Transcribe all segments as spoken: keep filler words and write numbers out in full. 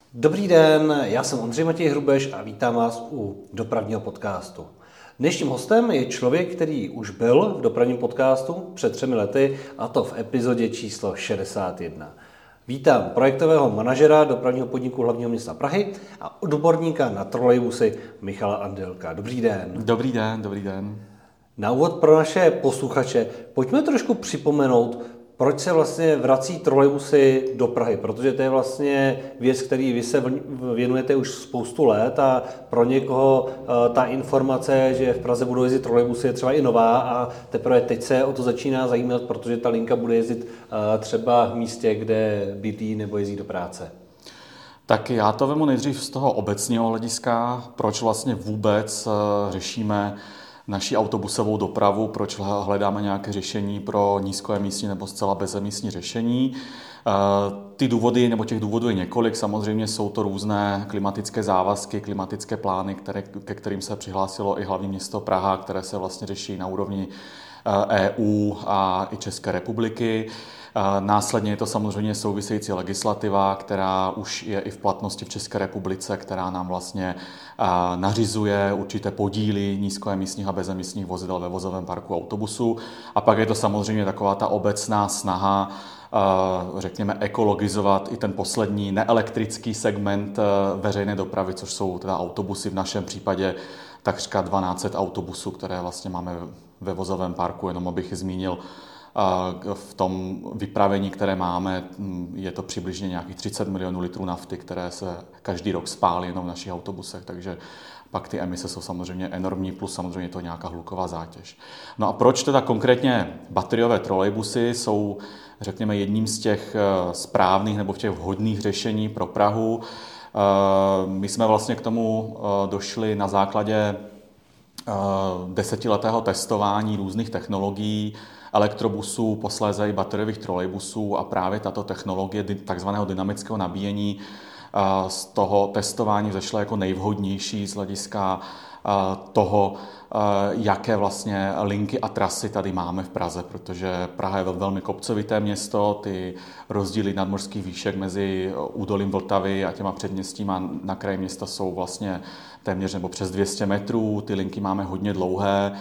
Dobrý den, já jsem Ondřej Matěj Hrubeš a vítám vás u dopravního podcastu. Dnešním hostem je člověk, který už byl v dopravním podcastu před třemi lety, a to v epizodě číslo šedesát jedna. Vítám projektového manažera dopravního podniku hlavního města Prahy a odborníka na trolejbusy Michala Andelka. Dobrý den. Dobrý den, dobrý den. Na úvod pro naše posluchače pojďme trošku připomenout, proč se vlastně vrací trolejbusy do Prahy, protože to je vlastně věc, který vy se věnujete už spoustu let a pro někoho ta informace, že v Praze budou jezdit trolejbusy, je třeba i nová a teprve teď se o to začíná zajímat, protože ta linka bude jezdit třeba v místě, kde bydlí nebo jezdí do práce. Tak já to vemu nejdřív z toho obecného hlediska, proč vlastně vůbec řešíme naši autobusovou dopravu, proč hledáme nějaké řešení pro nízkoemisní nebo zcela bezemisní řešení. Ty důvody, nebo těch důvodů je několik, samozřejmě jsou to různé klimatické závazky, klimatické plány, které, ke kterým se přihlásilo i hlavní město Praha, které se vlastně řeší na úrovni E U a i České republiky. Následně je to samozřejmě související legislativa, která už je i v platnosti v České republice, která nám vlastně nařizuje určité podíly nízkoemisních a bezemisních vozidel ve vozovém parku autobusu. A pak je to samozřejmě taková ta obecná snaha, řekněme, ekologizovat i ten poslední neelektrický segment veřejné dopravy, což jsou teda autobusy, v našem případě takřka dvanáct set autobusů, které vlastně máme ve vozovém parku, jenom abych zmínil. V tom vypravení, které máme, je to přibližně nějakých třicet milionů litrů nafty, které se každý rok spálí jenom v našich autobusech, takže pak ty emise jsou samozřejmě enormní, plus samozřejmě je to nějaká hluková zátěž. No a proč teda konkrétně bateriové trolejbusy jsou, řekněme, jedním z těch správných nebo těch vhodných řešení pro Prahu? My jsme vlastně k tomu došli na základě desetiletého testování různých technologií, elektrobusů, posléze i bateriových trolejbusů, a právě tato technologie takzvaného dynamického nabíjení z toho testování vzešla jako nejvhodnější z hlediska toho, jaké vlastně linky a trasy tady máme v Praze, protože Praha je velmi kopcovité město, ty rozdíly nadmořských výšek mezi údolím Vltavy a těma předměstíma na kraji města jsou vlastně téměř nebo přes dvě stě metrů, ty linky máme hodně dlouhé,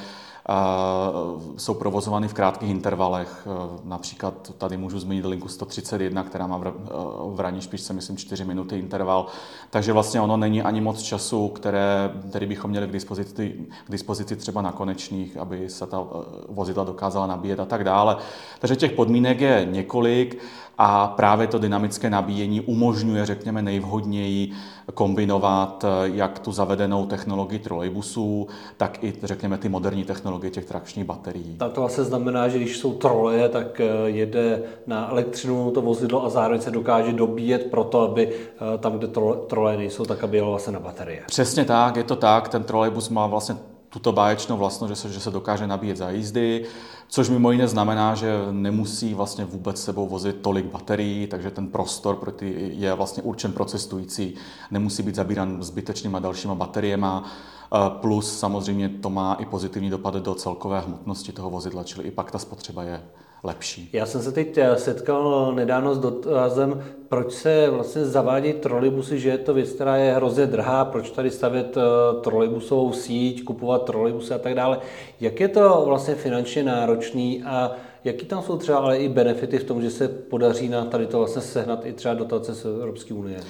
jsou provozovány v krátkých intervalech. Například tady můžu zmínit linku sto třicet jedna, která má v ranní špičce, myslím, čtyři minuty interval. Takže vlastně ono není ani moc času, které, který bychom měli k dispozici, k dispozici třeba na konečných, aby se ta vozidla dokázala nabíjet a tak dále. Takže těch podmínek je několik a právě to dynamické nabíjení umožňuje, řekněme, nejvhodněji kombinovat jak tu zavedenou technologii trolejbusů, tak i, řekněme, ty moderní technologie těch trakčních baterií. Tak to vlastně znamená, že když jsou troleje, tak jede na elektřinu to vozidlo a zároveň se dokáže dobíjet proto, aby tam, kde troleje nejsou, tak aby jelo vlastně na baterie. Přesně tak, je to tak. Ten trolejbus má vlastně tuto báječnou vlastnost, že se, že se dokáže nabíjet za jízdy, což mimo jiné znamená, že nemusí vlastně vůbec sebou vozit tolik baterií, takže ten prostor pro ty je vlastně určen pro cestující, nemusí být zabíran zbytečnýma dalšíma bateriema, plus samozřejmě to má i pozitivní dopad do celkové hmotnosti toho vozidla, čili i pak ta spotřeba je lepší. Já jsem se teď setkal nedávno s dotazem, proč se vlastně zavádí trolejbusy, že je to věc, která je hrozně drahá, proč tady stavět trolejbusovou síť, kupovat trolejbusy a tak dále. Jak je to vlastně finančně náročný a jaký tam jsou třeba ale i benefity v tom, že se podaří na tady to vlastně sehnat i třeba dotace z Evropské unie?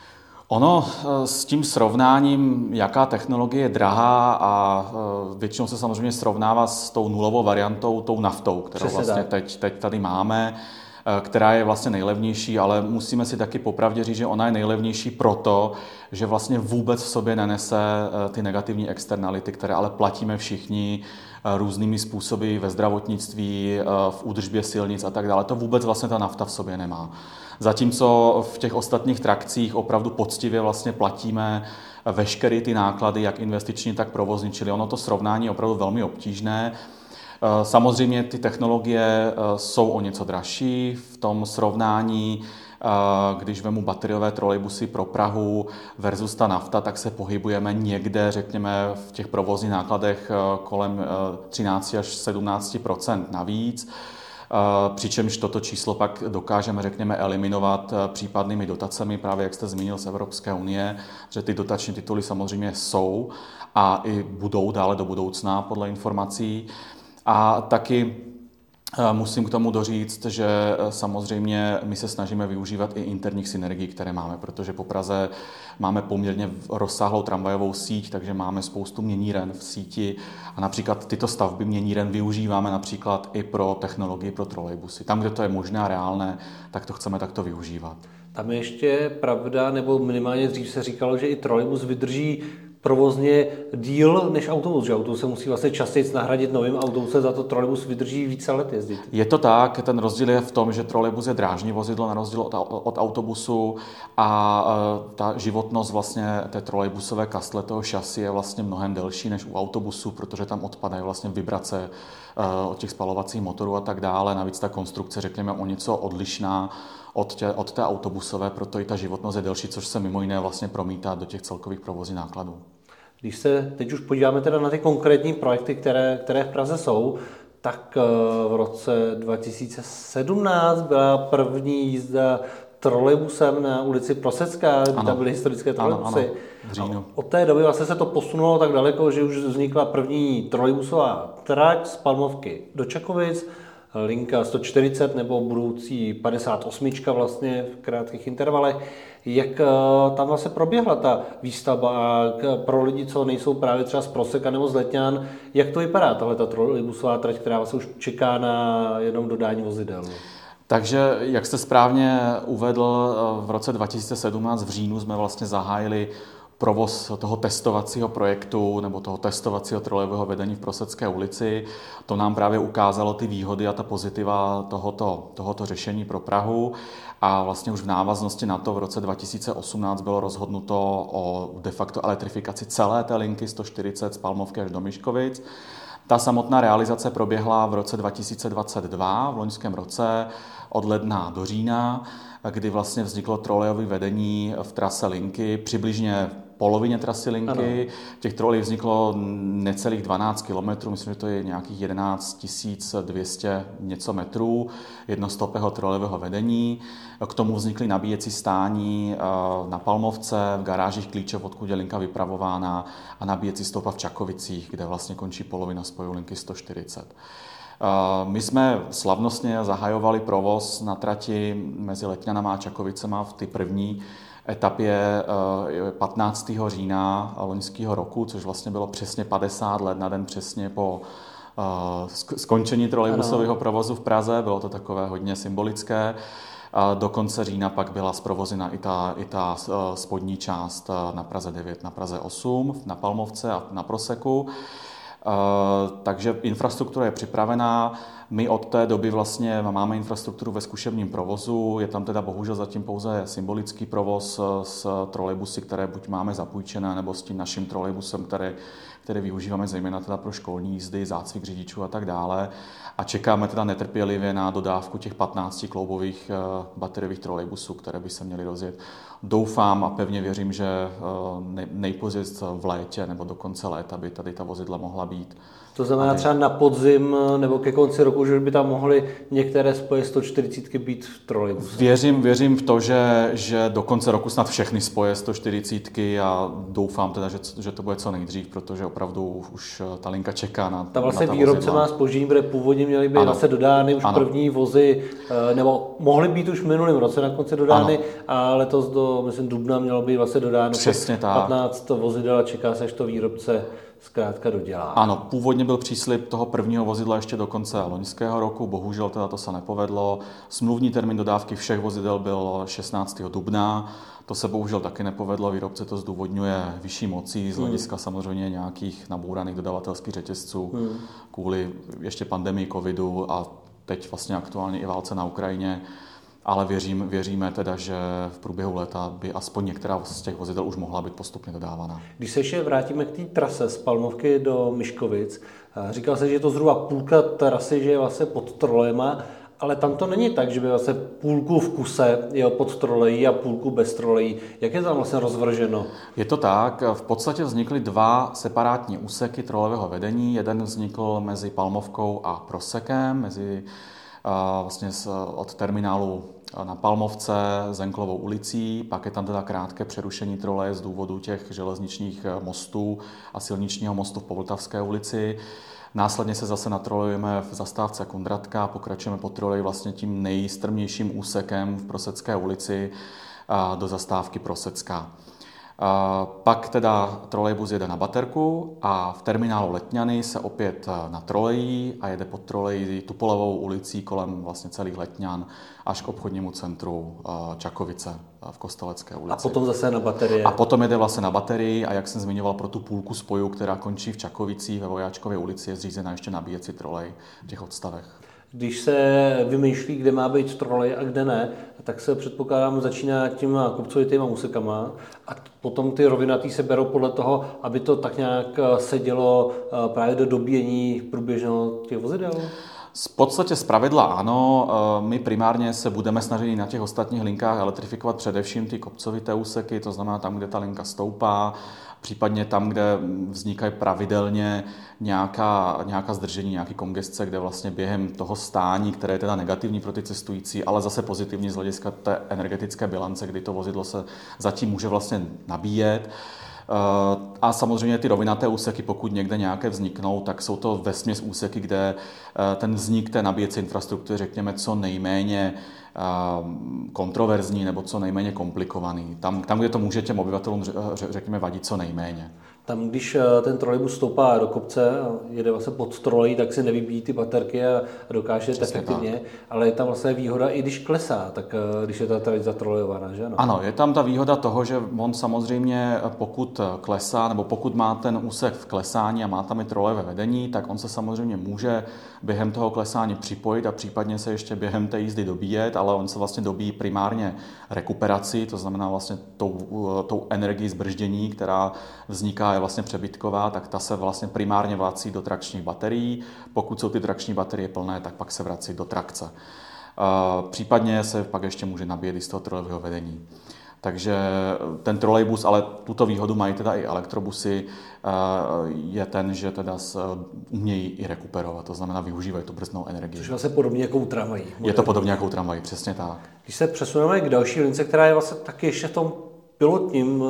Ono s tím srovnáním, jaká technologie je drahá, a většinou se samozřejmě srovnává s tou nulovou variantou, tou naftou, kterou Přesně vlastně tak. teď, teď tady máme, která je vlastně nejlevnější, ale musíme si taky popravdě říct, že ona je nejlevnější proto, že vlastně vůbec v sobě nenese ty negativní externality, které ale platíme všichni různými způsoby ve zdravotnictví, v údržbě silnic a tak dále. To vůbec vlastně ta nafta v sobě nemá. Zatímco v těch ostatních trakcích opravdu poctivě vlastně platíme veškeré ty náklady, jak investiční, tak provozní, čili ono to srovnání je opravdu velmi obtížné. Samozřejmě ty technologie jsou o něco dražší v tom srovnání. Když vemu bateriové trolejbusy pro Prahu versus ta nafta, tak se pohybujeme někde, řekněme, v těch provozních nákladech kolem třináct až sedmnáct procent navíc. přičemž toto číslo pak dokážeme, řekněme, eliminovat případnými dotacemi, právě jak jste zmínil z Evropské unie, že ty dotační tituly samozřejmě jsou a i budou dále do budoucna podle informací. A taky musím k tomu doříct, že samozřejmě my se snažíme využívat i interních synergií, které máme, protože po Praze máme poměrně rozsáhlou tramvajovou síť, takže máme spoustu měníren v síti a například tyto stavby měníren využíváme například i pro technologii pro trolejbusy. Tam, kde to je možné a reálné, tak to chceme takto využívat. Tam je ještě pravda, nebo minimálně dřív se říkalo, že i trolejbus vydrží provozně díl než autobus, že autobus se musí vlastně častěji nahradit novým autobusem, za to trolejbus vydrží více let jezdit. Je to tak, ten rozdíl je v tom, že trolejbus je drážní vozidlo na rozdíl od, od autobusu a e, ta životnost vlastně té trolejbusové kastle, toho šasy je vlastně mnohem delší než u autobusu, protože tam odpadají vlastně vibrace e, od těch spalovacích motorů a tak dále. Navíc ta konstrukce, řekněme, o něco odlišná od, tě, od té autobusové, proto i ta životnost je delší, což se mimo jiné vlastně promítá do těch celkových provozních nákladů. Když se teď už podíváme teda na ty konkrétní projekty, které, které v Praze jsou, tak v roce dva tisíce sedmnáct byla první jízda trolejbusem na ulici Prosecká, kde tam byly historické trolejbusy. Ano, ano, od té doby vlastně se to posunulo tak daleko, že už vznikla první trolejbusová trať z Palmovky do Čakovic, linka sto čtyřicet nebo budoucí padesát osm vlastně v krátkých intervalech. Jak tam vlastně proběhla ta výstavba a pro lidi, co nejsou právě třeba z Proseka nebo z Letňan, jak to vypadá tahle ta trolejbusová trať, která vlastně už čeká na jenom dodání vozidel? Takže, jak jste správně uvedl, v roce dva tisíce sedmnáct v říjnu jsme vlastně zahájili provoz toho testovacího projektu nebo toho testovacího trolejového vedení v Prosecké ulici. To nám právě ukázalo ty výhody a ta pozitiva tohoto, tohoto řešení pro Prahu. A vlastně už v návaznosti na to v roce dva tisíce osmnáct bylo rozhodnuto o de facto elektrifikaci celé té linky sto čtyřicet z Palmovky až do Myškovic. Ta samotná realizace proběhla v roce dva tisíce dvacet dva, v loňském roce, od ledna do října, kdy vlastně vzniklo trolejové vedení v trase linky, přibližně polovině trasy linky. Ano. Těch trolejů vzniklo necelých dvanáct kilometrů, myslím, že to je nějakých jedenáct tisíc dvě stě něco metrů jednostopého trolejového vedení. K tomu vznikly nabíjecí stání na Palmovce, v garážích Klíčov, odkud je linka vypravována, a nabíjecí stopa v Čakovicích, kde vlastně končí polovina spoju linky sto čtyřicet. My jsme slavnostně zahajovali provoz na trati mezi Letňanama a Čakovicema v té první etapě patnáctého října loňského roku, což vlastně bylo přesně padesát let, na den přesně po skončení trolejbusového provozu v Praze. Bylo to takové hodně symbolické. Do konce října pak byla zprovozena i ta, i ta spodní část na Praze devět, na Praze osm, na Palmovce a na Proseku. Uh, takže infrastruktura je připravená. My od té doby vlastně máme infrastrukturu ve zkušebním provozu. Je tam teda bohužel zatím pouze symbolický provoz s trolejbusy, které buď máme zapůjčené, nebo s tím naším trolejbusem, který, který využíváme zejména teda pro školní jízdy, zácvik řidičů a tak dále. A čekáme teda netrpělivě na dodávku těch patnácti kloubových uh, bateriových trolejbusů, které by se měly rozjet. Doufám a pevně věřím, že uh, nejpozději v létě nebo do konce léta by tady ta vozidla mohla být. To znamená třeba na podzim nebo ke konci roku, že by tam mohly některé spoje sto čtyřicet být v trolejbuse. Věřím, věřím v to, že, že do konce roku snad všechny spoje sto čtyřicet a doufám teda, že, že to bude co nejdřív, protože opravdu už ta linka čeká na ta vlastně na ta výrobce vozidla. má zpoždění, protože původně měly být vlastně dodány už ano. první vozy, nebo mohly být už v minulém roce na konci dodány, ano. a letos do, myslím, dubna mělo být vlastně dodáno patnáct vozidel a čeká se, až to výrobce zkrátka dodělá. Ano, původně byl příslib toho prvního vozidla ještě do konce loňského roku, bohužel teda to se nepovedlo. Smluvní termín dodávky všech vozidel byl šestnáctého dubna, to se bohužel taky nepovedlo, výrobce to zdůvodňuje vyšší mocí z hlediska hmm. samozřejmě nějakých nabouraných dodavatelských řetězců hmm. kvůli ještě pandemii covidu a teď vlastně aktuálně i válce na Ukrajině. Ale věřím, věříme teda, že v průběhu léta by aspoň některá z těch vozidel už mohla být postupně dodávána. Když se ještě vrátíme k té trase z Palmovky do Myškovic, říkal se, že je to zhruba půlka trasy, že je vlastně pod trolejema, ale tam to není tak, že by vlastně půlku v kuse jel pod trolejí a půlku bez trolejí. Jak je tam vlastně rozvrženo? Je to tak. V podstatě vznikly dva separátní úseky trolejového vedení. Jeden vznikl mezi Palmovkou a Prosekem, mezi vlastně od terminálu na Palmovce Zenklovou ulicí, pak je tam teda krátké přerušení troleje z důvodu těch železničních mostů a silničního mostu v Povltavské ulici. Následně se zase natrolujeme v zastávce Kundratka, pokračujeme po troleji vlastně tím nejstrmějším úsekem v Prosecké ulici do zastávky Prosecká. Pak teda trolejbus jede na Baterku a v terminálu Letňany se opět natrolejí a jede pod trolejí Tupolovou ulicí kolem vlastně celých Letňan až k obchodnímu centru Čakovice v Kostelecké ulici. A potom zase na baterie. A potom jede vlastně na baterii a jak jsem zmiňoval pro tu půlku spoju, která končí v Čakovicích ve Vojáčkově ulici, je zřízena ještě nabíjecí trolej v těch odstavech. Když se vymýšlí, kde má být trolej a kde ne, tak se předpokládám začíná těma kopcovitýma úsekama a potom ty rovinatý se berou podle toho, aby to tak nějak sedělo právě do dobíjení průběžného těch vozidel? V podstatě zpravidla ano, my primárně se budeme snažit na těch ostatních linkách elektrifikovat především ty kopcovité úseky, to znamená tam, kde ta linka stoupá, případně tam, kde vznikají pravidelně nějaká, nějaká zdržení, nějaký kongesce, kde vlastně během toho stání, které je teda negativní pro ty cestující, ale zase pozitivní z hlediska té energetické bilance, kdy to vozidlo se zatím může vlastně nabíjet. A samozřejmě ty rovinaté úseky, pokud někde nějaké vzniknou, tak jsou to vesměs úseky, kde ten vznik té nabíjecí infrastruktury, řekněme, co nejméně kontroverzní nebo co nejméně komplikovaný. Tam, tam kde to může těm obyvatelům, řekněme, vadit co nejméně. Tam, když ten trolejbus stoupá do kopce a jede vlastně pod trolejí, tak si nevybíjí ty baterky a dokáže jet efektivně, tak. Ale je tam vlastně výhoda, i když klesá, tak když je ta trať zatrolejovaná, že ano? Ano, je tam ta výhoda toho, že on samozřejmě, pokud klesá, nebo pokud má ten úsek v klesání a má tam i trolejové vedení, tak on se samozřejmě může během toho klesání připojit a případně se ještě během té jízdy dobíjet, ale on se vlastně dobíjí primárně rekuperací, to znamená vlastně tou, tou energií zbrždění, která vzniká, je vlastně přebytková, tak ta se vlastně primárně vrací do trakčních baterií. Pokud jsou ty trakční baterie plné, tak pak se vrací do trakce. Případně se pak ještě může nabíjet i z toho trolejového vedení. Takže ten trolejbus, ale tuto výhodu mají teda i elektrobusy, je ten, že teda umějí i rekuperovat, to znamená využívají tu brzdnou energii. Což je vlastně podobně jako u tramvají. Je to podobně jako u tramvají, přesně tak. Když se přesuneme k další lince, která je vlastně taky ještě v tom pilotním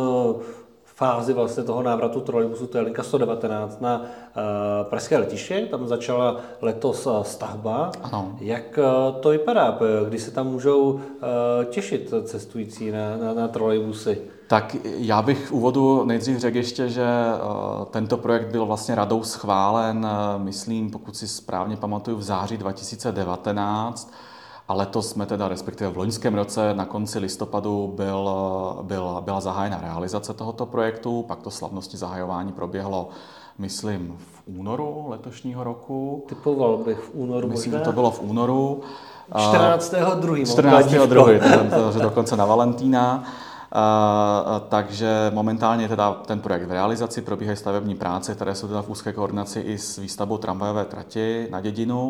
fázi vlastně toho návratu trolejbusu, to je linka sto devatenáct na uh, pražské letiště, tam začala letos stavba. Ano. Jak uh, to vypadá, kdy se tam můžou uh, těšit cestující na, na, na trolejbusy? Tak já bych v úvodu nejdřív řekl ještě, že uh, tento projekt byl vlastně radou schválen, uh, myslím, pokud si správně pamatuju, v září dva tisíce devatenáct. A letos jsme teda, respektive v loňském roce, na konci listopadu byl, byl, byla zahájena realizace tohoto projektu, pak to slavnostní zahajování proběhlo, myslím, v únoru letošního roku. Typoval bych v únoru Myslím, možná. že to bylo v únoru. čtrnáctého druhého čtrnáctého druhého to je dokonce na Valentína. Uh, takže momentálně teda ten projekt v realizaci, probíhají stavební práce, které jsou teda v úzké koordinaci i s výstavbou tramvajové trati na Dědinu.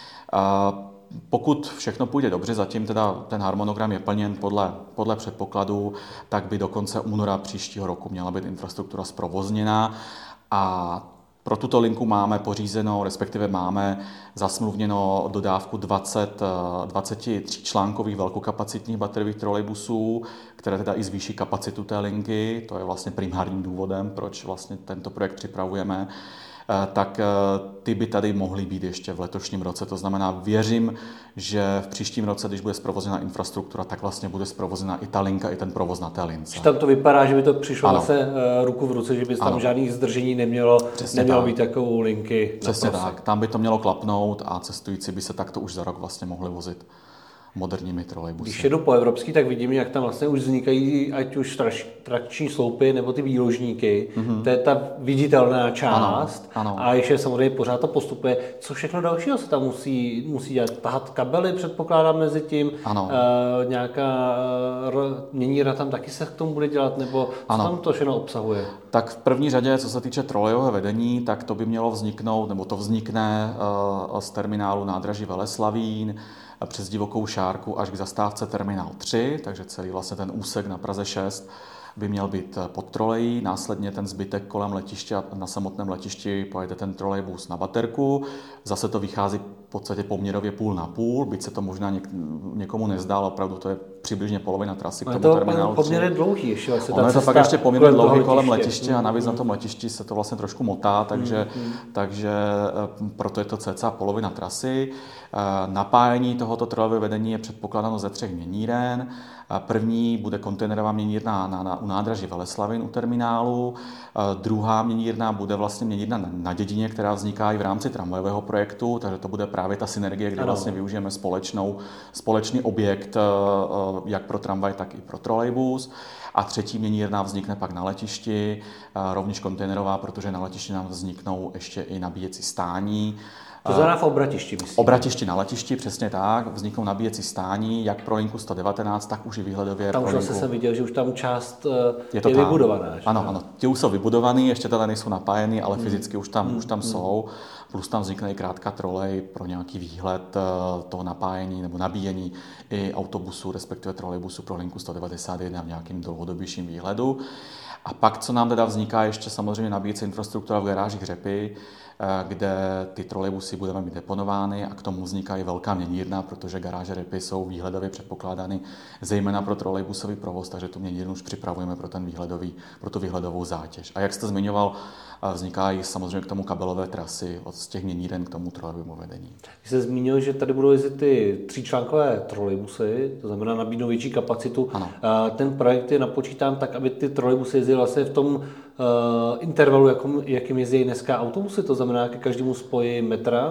Uh, Pokud všechno půjde dobře, zatím teda ten harmonogram je plněn podle, podle předpokladů, tak by do konce února příštího roku měla být infrastruktura zprovozněna a pro tuto linku máme pořízeno, respektive máme zasmluvněno dodávku dvacet, dvacet tři článkových velkokapacitních bateriových trolejbusů, které teda i zvýší kapacitu té linky, to je vlastně primárním důvodem, proč vlastně tento projekt připravujeme. Tak ty by tady mohly být ještě v letošním roce. To znamená, věřím, že v příštím roce, když bude zprovozněna infrastruktura, tak vlastně bude zprovozněna i ta linka, i ten provoz na té lince. Že tam to vypadá, že by to přišlo zase ruku v ruce, že by tam ano. žádných zdržení nemělo, nemělo být takovou linky. Přesně tak. Tam by to mělo klapnout a cestující by se takto už za rok vlastně mohli vozit moderními trolejbusy. Když jedu po evropský, tak vidím, jak tam vlastně už vznikají ať už trakční sloupy nebo ty výložníky. Mm-hmm. To je ta viditelná část. Ano, ano. A ještě samozřejmě pořád to postupuje. Co všechno dalšího se tam musí, musí dělat? Tahat kabely, předpokládám, mezi tím. Ano. E, nějaká e, měníra tam taky se k tomu bude dělat? Nebo co ano. tam to všechno obsahuje? Tak v první řadě, co se týče trolejového vedení, tak to by mělo vzniknout, nebo to vznikne e, z terminálu nádraží Veleslavín přes Divokou Šárku až k zastávce terminál tři, takže celý vlastně ten úsek na Praze šest by měl být pod trolejí, následně ten zbytek kolem letiště a na samotném letišti pojede ten trolejbus na baterku. Zase to vychází v podstatě poměrově půl na půl, byť se to možná něk- někomu nezdá, ale opravdu to je přibližně polovina trasy k tomu terminálu. To je poměrně dlouhý ještě. Vlastně ono je to pak ještě poměrně dlouhý kolem letiště. letiště a navíc mm. na tom letišti se to vlastně trošku motá, takže, mm. takže proto je to cca polovina trasy. Napájení tohoto trolejového vedení je předpokládáno ze třech měníren. První bude kontejnerová měnírna na, na, u nádraží Veleslavin u terminálu. Druhá měnírna bude vlastně měnírna na, na Dědině, která vzniká i v rámci tramvajového projektu, takže to bude právě ta synergie, kde ano. vlastně využijeme společnou, společný objekt jak pro tramvaj, tak i pro trolejbus. A třetí měnírna vznikne pak na letišti, rovněž kontejnerová, protože na letišti nám vzniknou ještě i nabíjecí stání. To znamená v obratišti, myslím. Obratišti na letišti, přesně tak. Vzniknou nabíjecí stání, jak pro linku sto devatenáct, tak už i výhledově tam pro už linku. jsem viděl, že už tam část je, je, je vybudovaná. Ano, ano. Ti už jsou vybudovaný, ještě teda nejsou napájeny, ale hmm. fyzicky už tam, hmm. už tam hmm. jsou. Plus tam vznikne i krátká trolej pro nějaký výhled toho napájení nebo nabíjení i autobusu, respektive trolejbusu pro linku sto devadesát jedna v nějakým dlouhodobějším výhledu. A pak, co nám teda vzniká, ještě samozřejmě nabíjecí infrastruktura v garážích Řepy, kde ty trolejbusy budeme mít deponovány a k tomu vzniká i velká měnírna, protože garáže Řepy jsou výhledově předpokládány zejména pro trolejbusový provoz, takže tu měnírnu už připravujeme pro, ten výhledový, pro tu výhledovou zátěž. A jak jste zmiňoval, vzniká i samozřejmě k tomu kabelové trasy od z těch měníren k tomu trolejbovému vedení. Vy jste zmínil, že tady budou jezdit ty tříčlánkové trolejbusy, to znamená nabídnou větší kapacitu. Ano. Ten projekt je napočítán tak, aby ty trolejbusy jezdily vlastně v tom uh, intervalu, jakým, jakým jezdí dneska autobusy, to znamená ke každému spoji metra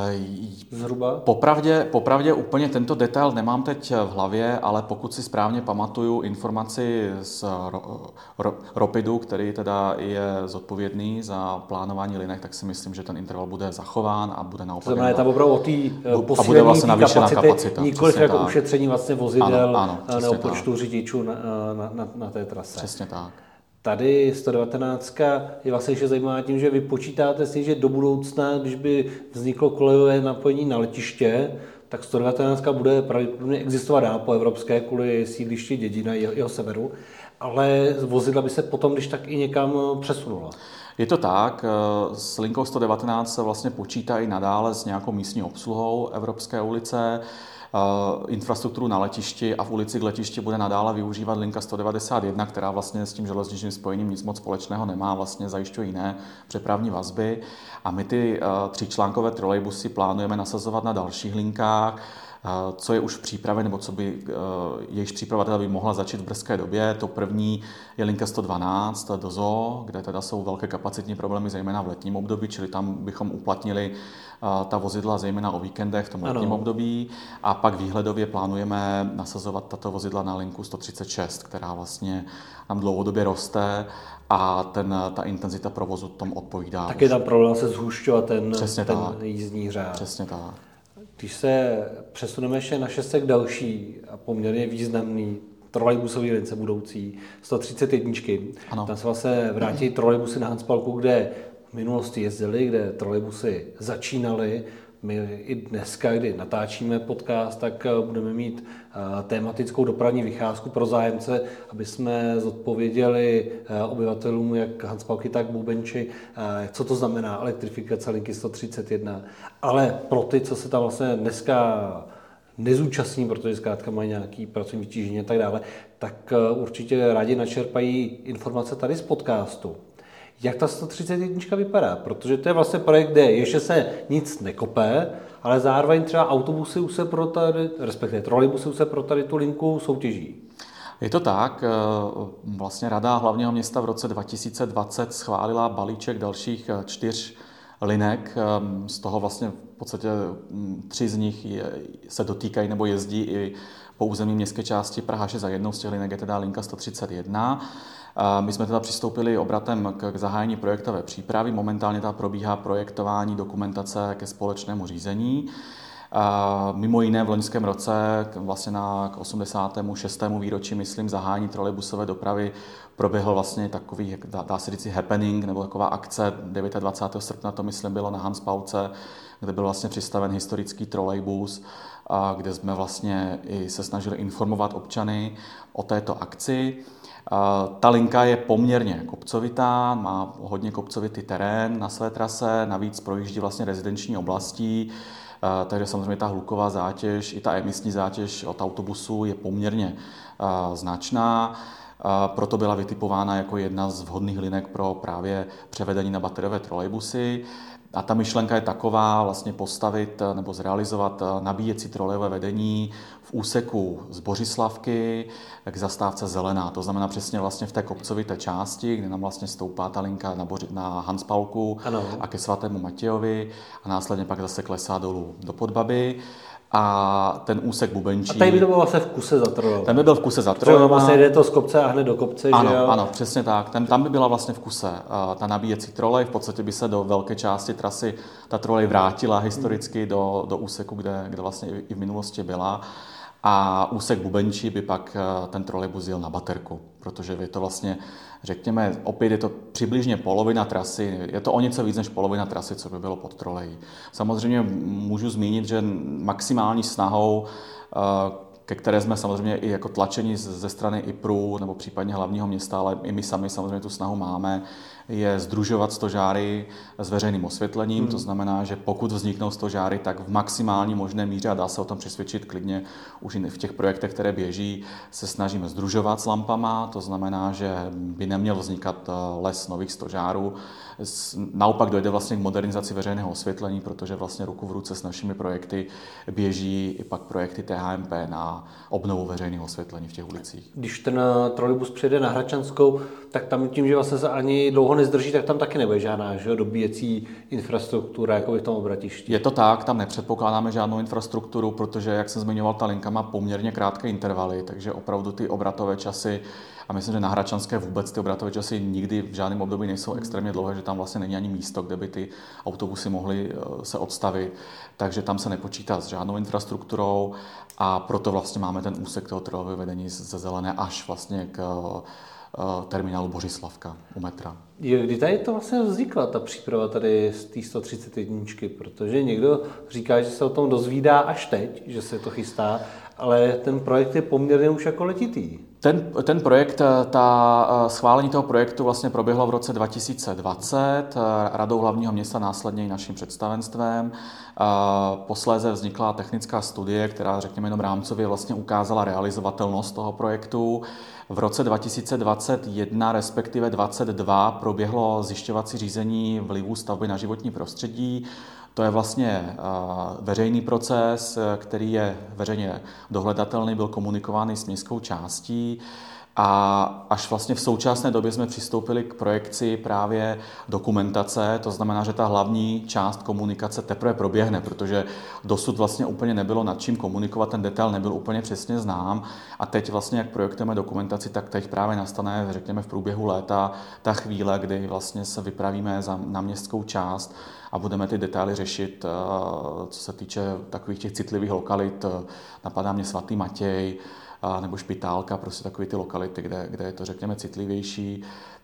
zhruba? Popravdě, popravdě úplně tento detail nemám teď v hlavě, ale pokud si správně pamatuju informaci z ro, ro, Ropidu, který teda je zodpovědný za plánování linek, tak si myslím, že ten interval bude zachován a bude naopak. To znamená, je tam opravdu o té posílení vlastně kapacity, kapacita, nikoliv jako tak. Ušetření vlastně vozidel ano, ano, nebo počtu řidičů na, na, na, na té trase. Přesně tak. Tady sto devatenáct je vlastně ještě zajímavá tím, že vy počítáte si, že do budoucna, když by vzniklo kolejové napojení na letiště, tak sto devatenáct bude pravděpodobně existovat dál po evropské kvůli sídlišti Dědina jeho, jeho severu, ale vozidla by se potom, když tak i někam přesunula. Je to tak, s linkou sto devatenáct se vlastně počítá i nadále s nějakou místní obsluhou Evropské ulice. Infrastrukturu na letišti a v ulici k letišti bude nadále využívat linka sto devadesát jedna, která vlastně s tím železničním spojením nic moc společného nemá, vlastně zajišťuje jiné přepravní vazby. A my ty tříčlánkové trolejbusy plánujeme nasazovat na dalších linkách, co je už v přípravě, nebo co by jejíž příprava teda by mohla začít v brzké době. To první je linka sto dvanáct do Zoo, kde teda jsou velké kapacitní problémy, zejména v letním období, čili tam bychom uplatnili ta vozidla zejména o víkendech v tom letním ano. období. A pak výhledově plánujeme nasazovat tato vozidla na linku sto třicet šest, která vlastně nám dlouhodobě roste a ten, ta intenzita provozu tom odpovídá. Tak je tam problém se zhušťovat ten, ten jízdní řád. Přesně tak. Když se přesuneme ještě na šestek další a poměrně významný trolejbusový lince budoucí sto třicet jedna. Ano. Tam se vlastně vrátí trolejbusy na Hanspalku, kde v minulosti jezdili, kde trolejbusy začínaly. My i dneska, kdy natáčíme podcast, tak budeme mít tématickou dopravní vycházku pro zájemce, aby jsme zodpověděli obyvatelům jak Hanspalky, tak Bubenči, co to znamená elektrifikace linky sto třicet jedna. Ale pro ty, co se tam vlastně dneska nezúčastní, protože zkrátka mají nějaký pracovní vytížení a tak dále, tak určitě rádi načerpají informace tady z podcastu. Jak ta sto třicet jedna vypadá? Protože to je vlastně projekt, kde ještě se nic nekope, ale zároveň třeba autobusy už se pro tady, respektive trolejbusy už se pro tady tu linku soutěží. Je to tak. Vlastně Rada hlavního města v roce dva tisíce dvacet schválila balíček dalších čtyř linek. Z toho vlastně v podstatě tři z nich se dotýkají nebo jezdí i po území městské části Praha šest a jednou z těch linek je teda linka sto třicet jedna. My jsme teda přistoupili obratem k zahájení projektové přípravy. Momentálně ta probíhá projektování dokumentace ke společnému řízení. Mimo jiné v loňském roce vlastně na osmdesátému šestému výročí, myslím, zahájení trolejbusové dopravy proběhl vlastně takový, dá, dá se říct, happening, nebo taková akce dvacátého devátého srpna, to myslím bylo na Hanspalce, kde byl vlastně přistaven historický trolejbus, kde jsme vlastně i se snažili informovat občany o této akci. Ta linka je poměrně kopcovitá, má hodně kopcovitý terén na své trase, navíc projíždí vlastně rezidenční oblastí, takže samozřejmě ta hluková zátěž i ta emisní zátěž od autobusu je poměrně značná. Proto byla vytipována jako jedna z vhodných linek pro právě převedení na bateriové trolejbusy. A ta myšlenka je taková, vlastně postavit nebo zrealizovat nabíjecí trolejové vedení v úseku z Bořislavky k zastávce Zelená. To znamená přesně vlastně v té kopcovité části, kde nám vlastně stoupá ta linka na, Boři, na Hanspaulku ano. a ke svatému Matějovi a následně pak zase klesá dolů do Podbaby. A ten úsek Bubenčí... A tady by to bylo vlastně v kuse za trolejou. Ten by byl v kuse za trolejou. Třeba vlastně jde to z kopce a hned do kopce, ano, že jo? Ano, přesně tak. Ten, tam by byla vlastně v kuse uh, ta nabíjecí trolej. V podstatě by se do velké části trasy ta trolej vrátila historicky hmm. do, do úseku, kde, kde vlastně i v minulosti byla. A úsek Bubenčí by pak uh, ten trolejbus jel na baterku, protože je to vlastně, řekněme, opět je to přibližně polovina trasy, je to o něco víc než polovina trasy, co by bylo pod trolejí. Samozřejmě můžu zmínit, že maximální snahou, ke které jsme samozřejmě i jako tlačeni ze strany I P R U nebo případně hlavního města, ale i my sami samozřejmě tu snahu máme, je sdružovat stožáry s veřejným osvětlením. Hmm. To znamená, že pokud vzniknou stožáry, tak v maximální možné míře, a dá se o tom přesvědčit klidně už i v těch projektech, které běží, se snažíme sdružovat s lampama. To znamená, že by neměl vznikat les nových stožárů. Naopak dojde vlastně k modernizaci veřejného osvětlení, protože vlastně ruku v ruce s našimi projekty běží i pak projekty T H M P na obnovu veřejného osvětlení v těch ulicích. Když ten trolejbus přijede na Hradčanskou, tak tam tím, že vlastně se ani dlouho nezdrží, tak tam taky nebude žádná že, dobíjecí infrastruktura jako v tom obratišti. Je to tak, tam nepředpokládáme žádnou infrastrukturu, protože, jak jsem zmiňoval, ta linka má poměrně krátké intervaly, takže opravdu ty obratové časy, a myslím, že na Hradčanské vůbec ty obratové časy nikdy v žádném období nejsou extrémně dlouhé, že tam vlastně není ani místo, kde by ty autobusy mohly se odstavit, takže tam se nepočítá s žádnou infrastrukturou a proto vlastně máme ten úsek toho trolejového vedení ze Zelené až vlastně k terminálu Bořislavka u metra. Kdy tady to vlastně vznikla, ta příprava tady z té sto třicet jedna, protože někdo říká, že se o tom dozvídá až teď, že se to chystá, ale ten projekt je poměrně už jako letitý. Ten, ten projekt, ta schválení toho projektu vlastně proběhlo v roce dva tisíce dvacet Radou hlavního města, následně i naším představenstvem. Posléze vznikla technická studie, která, řekněme, jenom rámcově vlastně ukázala realizovatelnost toho projektu. V roce dva tisíce dvacet jedna, respektive dvacet dva, proběhlo zjišťovací řízení vlivů stavby na životní prostředí. To je vlastně veřejný proces, který je veřejně dohledatelný, byl komunikován s městskou částí a až vlastně v současné době jsme přistoupili k projekci právě dokumentace, to znamená, že ta hlavní část komunikace teprve proběhne, protože dosud vlastně úplně nebylo nad čím komunikovat, ten detail nebyl úplně přesně znám a teď vlastně, jak projektujeme dokumentaci, tak teď právě nastane, řekněme, v průběhu léta ta chvíle, kdy vlastně se vypravíme za, na městskou část a budeme ty detaily řešit, co se týče takových těch citlivých lokalit. Napadá mě Svatý Matěj nebo Špitálka, prostě takové ty lokality, kde, kde je to, řekněme, citlivější.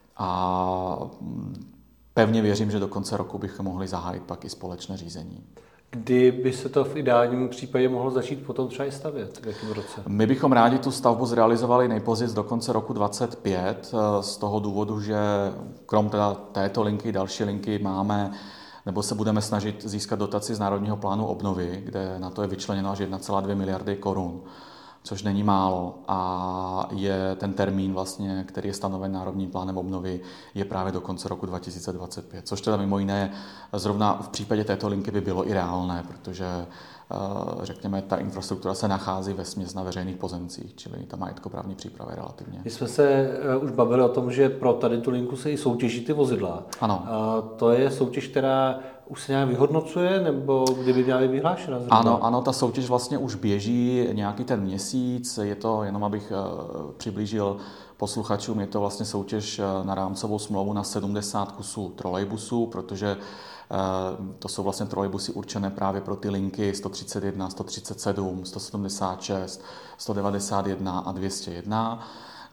A pevně věřím, že do konce roku bychom mohli zahájit pak i společné řízení. Kdy by se to v ideálním případě mohlo začít potom třeba i stavět? V jakém roce? My bychom rádi tu stavbu zrealizovali nejpozději do konce roku dvacet pět, z toho důvodu, že krom teda této linky, další linky máme nebo se budeme snažit získat dotaci z Národního plánu obnovy, kde na to je vyčleněno až jedna celá dvě miliardy korun, což není málo. A je ten termín, vlastně, který je stanoven Národním plánem obnovy, je právě do konce roku dva tisíce dvacet pět, což teda mimo jiné zrovna v případě této linky by bylo i reálné, protože řekněme, ta infrastruktura se nachází vesměs na veřejných pozemcích, čili ta majetkoprávní příprava je relativně. My jsme se už bavili o tom, že pro tady tu linku se i soutěží ty vozidla. Ano. A to je soutěž, která už se nějak vyhodnocuje, nebo kdyby měla být vyhlášena? Zrovna? Ano, ano, ta soutěž vlastně už běží nějaký ten měsíc. Je to, jenom abych přiblížil posluchačům, je to vlastně soutěž na rámcovou smlouvu na sedmdesát kusů trolejbusů, protože to jsou vlastně trolejbusy určené právě pro ty linky sto třicet jedna, sto třicet sedm, sto sedmdesát šest, sto devadesát jedna a dvě stě jedna.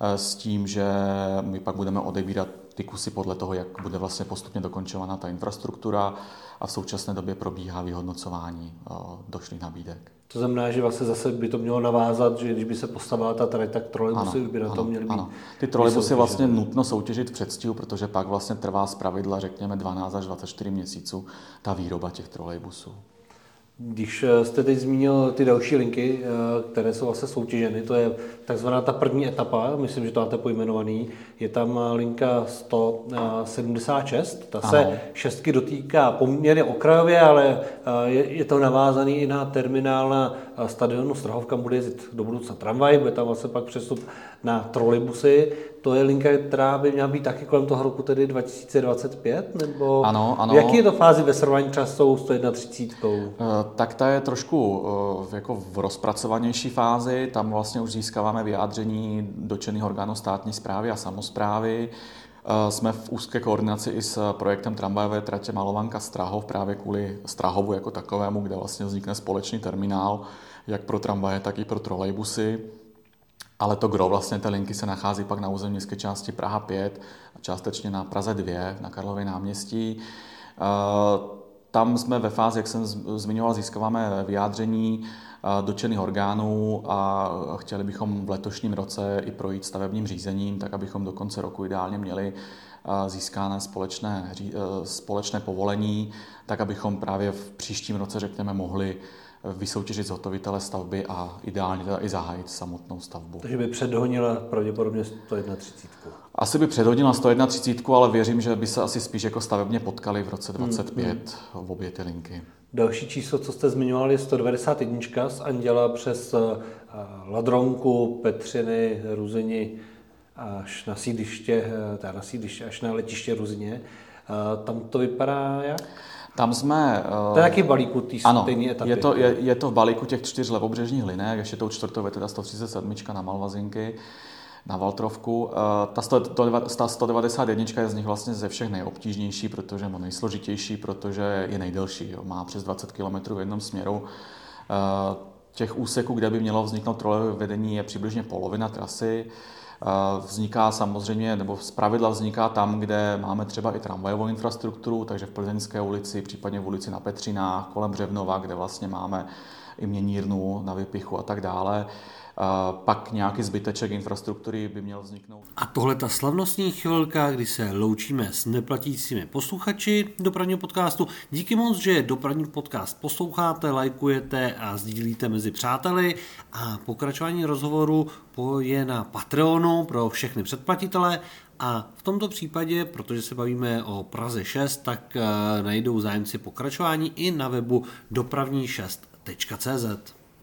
s tím, že my pak budeme odebírat ty kusy podle toho, jak bude vlastně postupně dokončována ta infrastruktura a v současné době probíhá vyhodnocování došlých nabídek. To znamená, že vlastně zase by to mělo navázat, že když by se postavila ta trať, tak trolejbusy už by na to měly být. Ano. Ty trolejbusy vlastně nutno soutěžit v předstihu, protože pak vlastně trvá zpravidla, řekněme, dvanáct až dvacet čtyři měsíců ta výroba těch trolejbusů. Když jste teď zmínil ty další linky, které jsou vlastně soutěženy, to je takzvaná ta první etapa, myslím, že to máte pojmenovaný, je tam linka sto sedmdesát šest, ta se ano. šestky dotýká poměrně okrajově, ale je, je to navázaný i na terminál na stadionu Strahovka, bude jezdit do budoucna tramvaj, bude tam vlastně pak přestup na trolejbusy. To je linka, která by měla být taky kolem toho roku tedy dva tisíce dvacet pět, nebo ano, ano. V jaký je to fázi ve srovnání třeba s tou sto třicet jedna? Tak ta je trošku jako v rozpracovanější fázi, tam vlastně už získáváme vyjádření dotčených orgánů státní správy a samosprávy. Jsme v úzké koordinaci i s projektem tramvajové tratě Malovanka Strahov právě kvůli Strahovu jako takovému, kde vlastně vznikne společný terminál jak pro tramvaje, tak i pro trolejbusy. Ale to gro vlastně té linky se nachází pak na území městské části Praha pět a částečně na Praze dva na Karlově náměstí. Tam jsme ve fázi, jak jsem zmiňoval, získáváme vyjádření dotčených orgánů a chtěli bychom v letošním roce i projít stavebním řízením, tak abychom do konce roku ideálně měli získané společné, společné povolení, tak abychom právě v příštím roce, řekněme, mohli vysoutěžit zhotovitele stavby a ideálně teda i zahájit samotnou stavbu. Takže by předhonila pravděpodobně sto třicet jedna. Asi by předhodila sto třicet jedna, ale věřím, že by se asi spíš jako stavebně potkali v roce dvacet pět hmm. v obě ty linky. Další číslo, co jste zmiňovali, je sto devadesát jedna z Anděla přes Ladronku, Petřiny, Ruzini až na sídliště, teda na sídliště, až na letiště Ruzině. Tam to vypadá jak? Tam jsme... To je taky v balíku té stejné etapy. Je to, je, je to v balíku těch čtyř levobřežních linek, ještě tou čtvrtou je teda sto třicet sedm na Malvazinky, na Valtrovku. Ta, sto, to, ta sto devadesát jedna je z nich vlastně ze všech nejobtížnější, protože je nejsložitější, protože je nejdelší. Jo. Má přes dvacet kilometrů v jednom směru. Těch úseků, kde by mělo vzniknout trolejové vedení, je přibližně polovina trasy. Vzniká samozřejmě, nebo zpravidla vzniká tam, kde máme třeba i tramvajovou infrastrukturu, takže v Plzeňské ulici, případně v ulici na Petřinách, kolem Břevnova, kde vlastně máme i měnírnu na Vypichu a tak dále. Pak nějaký zbyteček infrastruktury by měl vzniknout. A tohle ta slavnostní chvilka, kdy se loučíme s neplatícími posluchači dopravního podcastu. Díky moc, že dopravní podcast posloucháte, lajkujete a sdílíte mezi přáteli a pokračování rozhovoru je na Patreonu pro všechny předplatitele. A v tomto případě, protože se bavíme o Praze šest, tak najdou zájemci pokračování i na webu dopravní šest tečka cé zet.